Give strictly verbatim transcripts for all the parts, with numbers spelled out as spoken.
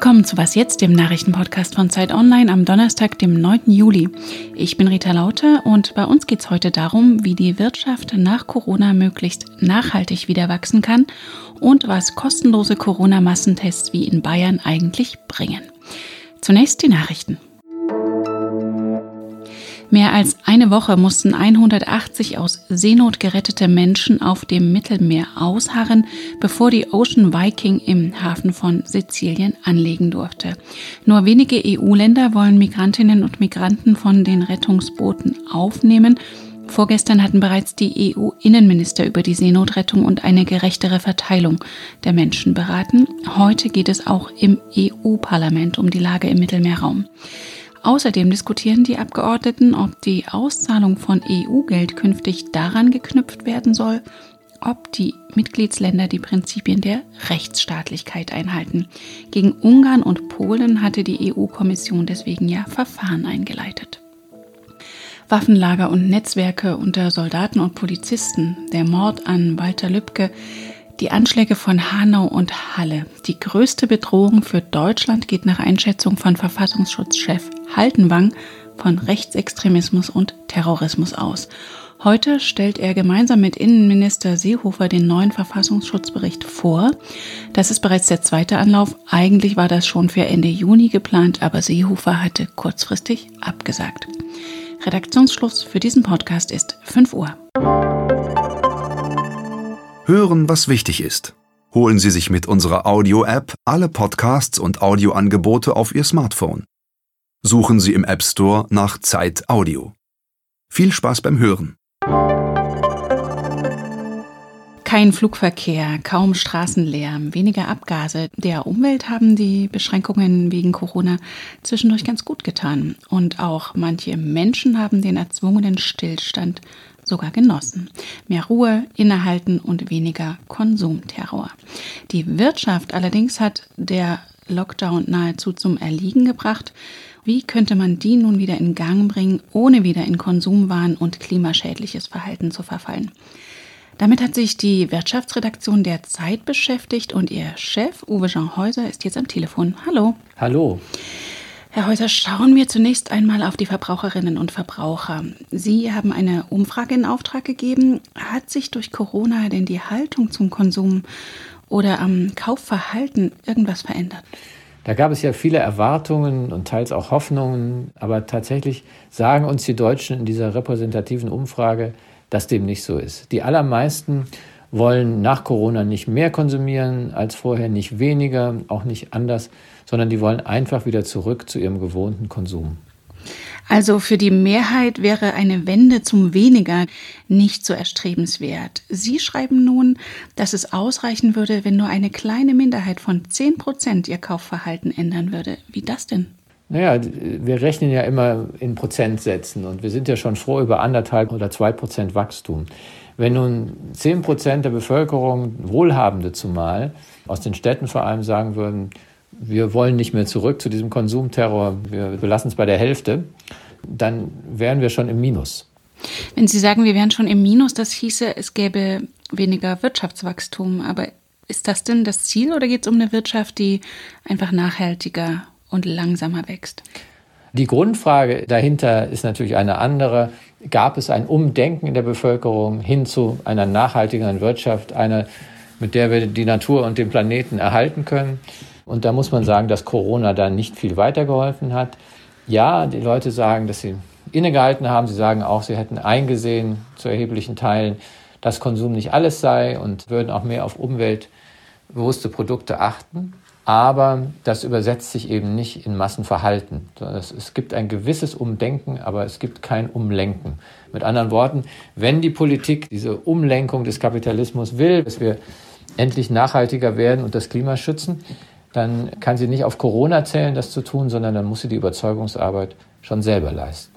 Willkommen zu Was jetzt, dem Nachrichtenpodcast von Zeit Online am Donnerstag, dem neunten Juli. Ich bin Rita Lauter und bei uns geht es heute darum, wie die Wirtschaft nach Corona möglichst nachhaltig wieder wachsen kann und was kostenlose Corona-Massentests wie in Bayern eigentlich bringen. Zunächst die Nachrichten. Mehr als eine Woche mussten hundertachtzig aus Seenot gerettete Menschen auf dem Mittelmeer ausharren, bevor die Ocean Viking im Hafen von Sizilien anlegen durfte. Nur wenige E U-Länder wollen Migrantinnen und Migranten von den Rettungsbooten aufnehmen. Vorgestern hatten bereits die E U-Innenminister über die Seenotrettung und eine gerechtere Verteilung der Menschen beraten. Heute geht es auch im E U-Parlament um die Lage im Mittelmeerraum. Außerdem diskutieren die Abgeordneten, ob die Auszahlung von E U-Geld künftig daran geknüpft werden soll, ob die Mitgliedsländer die Prinzipien der Rechtsstaatlichkeit einhalten. Gegen Ungarn und Polen hatte die E U-Kommission deswegen ja Verfahren eingeleitet. Waffenlager und Netzwerke unter Soldaten und Polizisten, der Mord an Walter Lübcke, die Anschläge von Hanau und Halle. Die größte Bedrohung für Deutschland geht nach Einschätzung von Verfassungsschutzchef Haldenwang von Rechtsextremismus und Terrorismus aus. Heute stellt er gemeinsam mit Innenminister Seehofer den neuen Verfassungsschutzbericht vor. Das ist bereits der zweite Anlauf. Eigentlich war das schon für Ende Juni geplant, aber Seehofer hatte kurzfristig abgesagt. Redaktionsschluss für diesen Podcast ist fünf Uhr. Hören, was wichtig ist. Holen Sie sich mit unserer Audio-App alle Podcasts und Audioangebote auf Ihr Smartphone. Suchen Sie im App Store nach Zeit Audio. Viel Spaß beim Hören. Kein Flugverkehr, kaum Straßenlärm, weniger Abgase. Der Umwelt haben die Beschränkungen wegen Corona zwischendurch ganz gut getan. Und auch manche Menschen haben den erzwungenen Stillstand sogar genossen. Mehr Ruhe, Innehalten und weniger Konsumterror. Die Wirtschaft allerdings hat der Lockdown nahezu zum Erliegen gebracht. Wie könnte man die nun wieder in Gang bringen, ohne wieder in Konsumwahn und klimaschädliches Verhalten zu verfallen? Damit hat sich die Wirtschaftsredaktion der Zeit beschäftigt und ihr Chef Uwe Jean Häuser ist jetzt am Telefon. Hallo. Hallo. Herr Häuser, schauen wir zunächst einmal auf die Verbraucherinnen und Verbraucher. Sie haben eine Umfrage in Auftrag gegeben. Hat sich durch Corona denn die Haltung zum Konsum oder am Kaufverhalten irgendwas verändert? Da gab es ja viele Erwartungen und teils auch Hoffnungen, aber tatsächlich sagen uns die Deutschen in dieser repräsentativen Umfrage, dass dem nicht so ist. Die allermeisten wollen nach Corona nicht mehr konsumieren als vorher, nicht weniger, auch nicht anders, sondern die wollen einfach wieder zurück zu ihrem gewohnten Konsum. Also für die Mehrheit wäre eine Wende zum Weniger nicht so erstrebenswert. Sie schreiben nun, dass es ausreichen würde, wenn nur eine kleine Minderheit von zehn Prozent ihr Kaufverhalten ändern würde. Wie das denn? Naja, wir rechnen ja immer in Prozentsätzen und wir sind ja schon froh über anderthalb oder zwei Prozent Wachstum. Wenn nun zehn Prozent der Bevölkerung, Wohlhabende zumal, aus den Städten vor allem sagen würden, wir wollen nicht mehr zurück zu diesem Konsumterror, wir belassen es bei der Hälfte, dann wären wir schon im Minus. Wenn Sie sagen, wir wären schon im Minus, das hieße, es gäbe weniger Wirtschaftswachstum. Aber ist das denn das Ziel oder geht es um eine Wirtschaft, die einfach nachhaltiger und langsamer wächst? Die Grundfrage dahinter ist natürlich eine andere. Gab es ein Umdenken in der Bevölkerung hin zu einer nachhaltigeren Wirtschaft, eine, mit der wir die Natur und den Planeten erhalten können? Und da muss man sagen, dass Corona da nicht viel weitergeholfen hat. Ja, die Leute sagen, dass sie innegehalten haben. Sie sagen auch, sie hätten eingesehen zu erheblichen Teilen, dass Konsum nicht alles sei und würden auch mehr auf umweltbewusste Produkte achten. Aber das übersetzt sich eben nicht in Massenverhalten. Es gibt ein gewisses Umdenken, aber es gibt kein Umlenken. Mit anderen Worten, wenn die Politik diese Umlenkung des Kapitalismus will, dass wir endlich nachhaltiger werden und das Klima schützen, dann kann sie nicht auf Corona zählen, das zu tun, sondern dann muss sie die Überzeugungsarbeit schon selber leisten.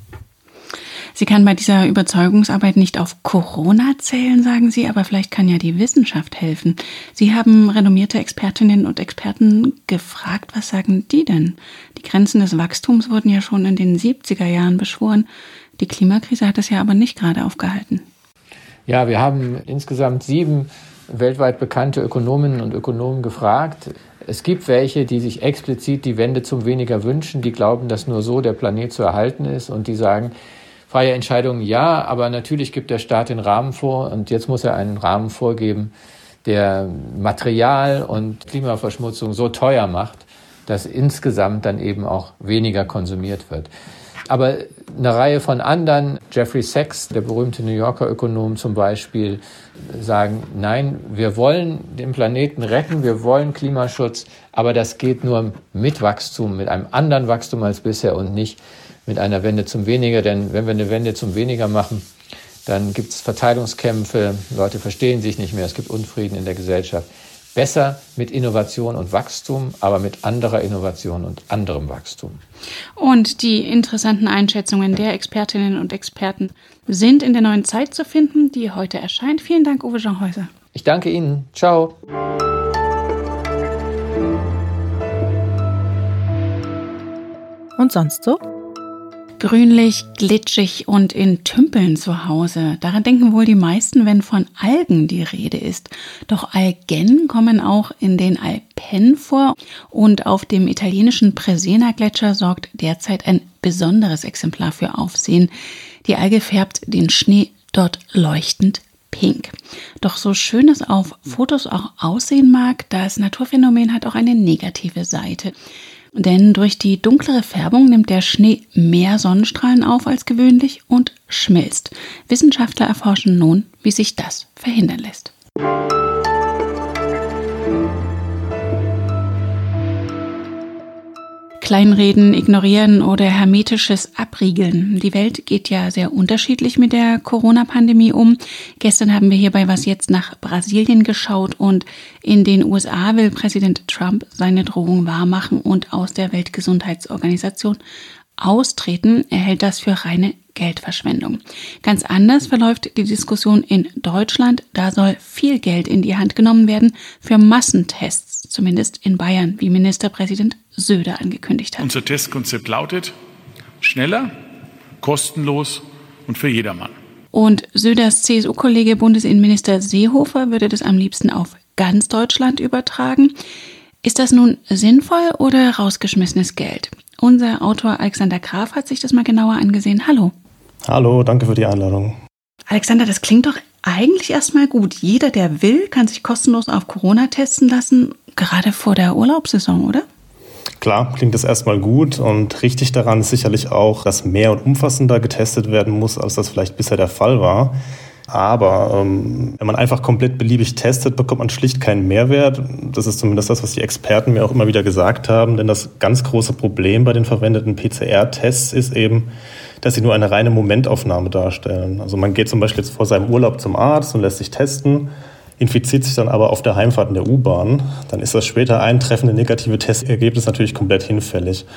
Sie kann bei dieser Überzeugungsarbeit nicht auf Corona zählen, sagen Sie, aber vielleicht kann ja die Wissenschaft helfen. Sie haben renommierte Expertinnen und Experten gefragt, was sagen die denn? Die Grenzen des Wachstums wurden ja schon in den siebziger Jahren beschworen. Die Klimakrise hat es ja aber nicht gerade aufgehalten. Ja, wir haben insgesamt sieben weltweit bekannte Ökonominnen und Ökonomen gefragt. Es gibt welche, die sich explizit die Wende zum Weniger wünschen, die glauben, dass nur so der Planet zu erhalten ist und die sagen, freie Entscheidungen ja, aber natürlich gibt der Staat den Rahmen vor und jetzt muss er einen Rahmen vorgeben, der Material und Klimaverschmutzung so teuer macht, dass insgesamt dann eben auch weniger konsumiert wird. Aber eine Reihe von anderen, Jeffrey Sachs, der berühmte New Yorker Ökonom zum Beispiel, sagen, nein, wir wollen den Planeten retten, wir wollen Klimaschutz, aber das geht nur mit Wachstum, mit einem anderen Wachstum als bisher und nicht mit einer Wende zum Weniger. Denn wenn wir eine Wende zum Weniger machen, dann gibt es Verteilungskämpfe, Leute verstehen sich nicht mehr, es gibt Unfrieden in der Gesellschaft. Besser mit Innovation und Wachstum, aber mit anderer Innovation und anderem Wachstum. Und die interessanten Einschätzungen der Expertinnen und Experten sind in der Neuen Zeit zu finden, die heute erscheint. Vielen Dank, Uwe Jean Häuser. Ich danke Ihnen. Ciao. Und sonst so? Grünlich, glitschig und in Tümpeln zu Hause. Daran denken wohl die meisten, wenn von Algen die Rede ist. Doch Algen kommen auch in den Alpen vor und auf dem italienischen Presena-Gletscher sorgt derzeit ein besonderes Exemplar für Aufsehen. Die Alge färbt den Schnee dort leuchtend pink. Doch so schön es auf Fotos auch aussehen mag, das Naturphänomen hat auch eine negative Seite. Denn durch die dunklere Färbung nimmt der Schnee mehr Sonnenstrahlen auf als gewöhnlich und schmilzt. Wissenschaftler erforschen nun, wie sich das verhindern lässt. Kleinreden, ignorieren oder hermetisches Abriegeln. Die Welt geht ja sehr unterschiedlich mit der Corona-Pandemie um. Gestern haben wir hier bei Was jetzt nach Brasilien geschaut und in den U S A will Präsident Trump seine Drohung wahrmachen und aus der Weltgesundheitsorganisation austreten. Er hält das für reine Geldverschwendung. Ganz anders verläuft die Diskussion in Deutschland. Da soll viel Geld in die Hand genommen werden für Massentests, zumindest in Bayern, wie Ministerpräsident Söder angekündigt hat. Unser Testkonzept lautet: schneller, kostenlos und für jedermann. Und Söders C S U-Kollege Bundesinnenminister Seehofer würde das am liebsten auf ganz Deutschland übertragen. Ist das nun sinnvoll oder rausgeschmissenes Geld? Unser Autor Alexander Graf hat sich das mal genauer angesehen. Hallo. Hallo, danke für die Einladung. Alexander, das klingt doch eigentlich erstmal gut. Jeder, der will, kann sich kostenlos auf Corona testen lassen, gerade vor der Urlaubssaison, oder? Klar, klingt das erstmal gut und richtig daran ist sicherlich auch, dass mehr und umfassender getestet werden muss, als das vielleicht bisher der Fall war. Aber ähm, wenn man einfach komplett beliebig testet, bekommt man schlicht keinen Mehrwert. Das ist zumindest das, was die Experten mir auch immer wieder gesagt haben. Denn das ganz große Problem bei den verwendeten P C R-Tests ist eben, dass sie nur eine reine Momentaufnahme darstellen. Also man geht zum Beispiel jetzt vor seinem Urlaub zum Arzt und lässt sich testen, infiziert sich dann aber auf der Heimfahrt in der U-Bahn. Dann ist das später eintreffende negative Testergebnis natürlich komplett hinfällig.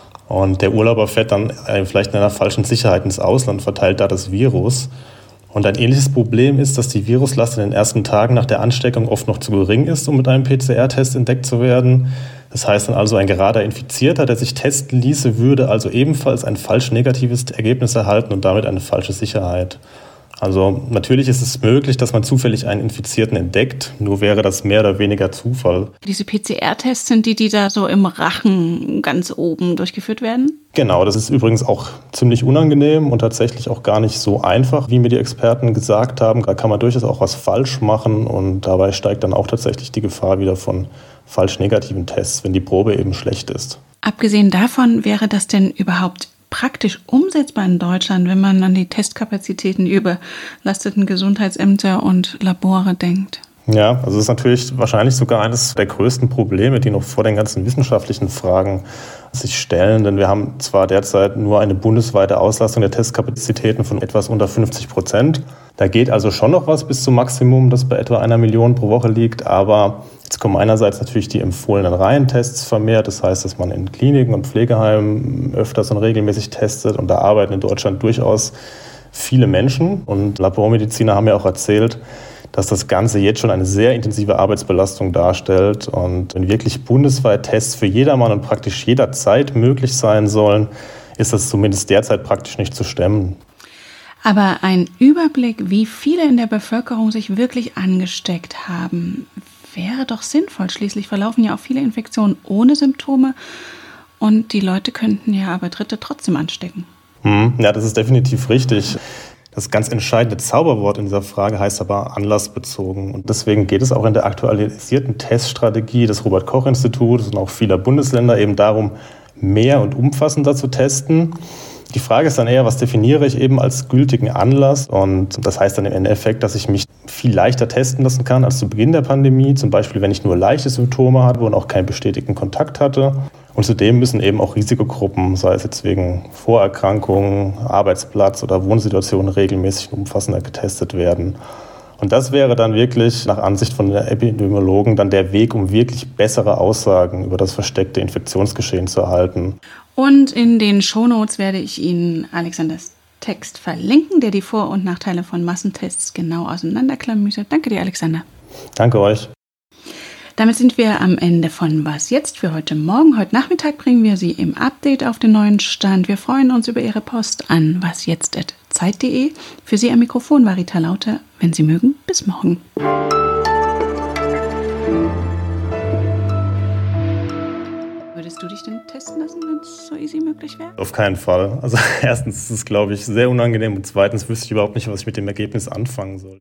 Und der Urlauber fährt dann vielleicht in einer falschen Sicherheit ins Ausland, verteilt da das Virus. Und ein ähnliches Problem ist, dass die Viruslast in den ersten Tagen nach der Ansteckung oft noch zu gering ist, um mit einem P C R-Test entdeckt zu werden. Das heißt dann also, ein gerader Infizierter, der sich testen ließe, würde also ebenfalls ein falsch negatives Ergebnis erhalten und damit eine falsche Sicherheit. Also natürlich ist es möglich, dass man zufällig einen Infizierten entdeckt, nur wäre das mehr oder weniger Zufall. Diese P C R-Tests sind die, die da so im Rachen ganz oben durchgeführt werden? Genau, das ist übrigens auch ziemlich unangenehm und tatsächlich auch gar nicht so einfach, wie mir die Experten gesagt haben. Da kann man durchaus auch was falsch machen und dabei steigt dann auch tatsächlich die Gefahr wieder von falsch negativen Tests, wenn die Probe eben schlecht ist. Abgesehen davon, wäre das denn überhaupt praktisch umsetzbar in Deutschland, wenn man an die Testkapazitäten überlasteten Gesundheitsämter und Labore denkt? Ja, also es ist natürlich wahrscheinlich sogar eines der größten Probleme, die noch vor den ganzen wissenschaftlichen Fragen sich stellen. Denn wir haben zwar derzeit nur eine bundesweite Auslastung der Testkapazitäten von etwas unter fünfzig Prozent. Da geht also schon noch was bis zum Maximum, das bei etwa einer Million pro Woche liegt. Aber jetzt kommen einerseits natürlich die empfohlenen Reihentests vermehrt. Das heißt, dass man in Kliniken und Pflegeheimen öfters und regelmäßig testet. Und da arbeiten in Deutschland durchaus viele Menschen. Und Labormediziner haben ja auch erzählt, dass das Ganze jetzt schon eine sehr intensive Arbeitsbelastung darstellt. Und wenn wirklich bundesweit Tests für jedermann und praktisch jederzeit möglich sein sollen, ist das zumindest derzeit praktisch nicht zu stemmen. Aber ein Überblick, wie viele in der Bevölkerung sich wirklich angesteckt haben, wäre doch sinnvoll. Schließlich verlaufen ja auch viele Infektionen ohne Symptome und die Leute könnten ja aber Dritte trotzdem anstecken. Hm, ja, das ist definitiv richtig. Das ganz entscheidende Zauberwort in dieser Frage heißt aber anlassbezogen. Und deswegen geht es auch in der aktualisierten Teststrategie des Robert-Koch-Instituts und auch vieler Bundesländer eben darum, mehr und umfassender zu testen. Die Frage ist dann eher, was definiere ich eben als gültigen Anlass? Und das heißt dann im Endeffekt, dass ich mich viel leichter testen lassen kann als zu Beginn der Pandemie. Zum Beispiel, wenn ich nur leichte Symptome hatte und auch keinen bestätigten Kontakt hatte. Und zudem müssen eben auch Risikogruppen, sei es jetzt wegen Vorerkrankungen, Arbeitsplatz oder Wohnsituation, regelmäßig umfassender getestet werden. Und das wäre dann wirklich nach Ansicht von den Epidemiologen dann der Weg, um wirklich bessere Aussagen über das versteckte Infektionsgeschehen zu erhalten. Und in den Shownotes werde ich Ihnen Alexanders Text verlinken, der die Vor- und Nachteile von Massentests genau auseinanderklamüsert. Danke dir, Alexander. Danke euch. Damit sind wir am Ende von Was Jetzt für heute Morgen. Heute Nachmittag bringen wir Sie im Update auf den neuen Stand. Wir freuen uns über Ihre Post an wasjetzt at zeit punkt de. Für Sie am Mikrofon war Rita Lauter. Wenn Sie mögen, bis morgen. Würdest du dich denn testen lassen, wenn es so easy möglich wäre? Auf keinen Fall. Also erstens ist es, glaube ich, sehr unangenehm und zweitens wüsste ich überhaupt nicht, was ich mit dem Ergebnis anfangen soll.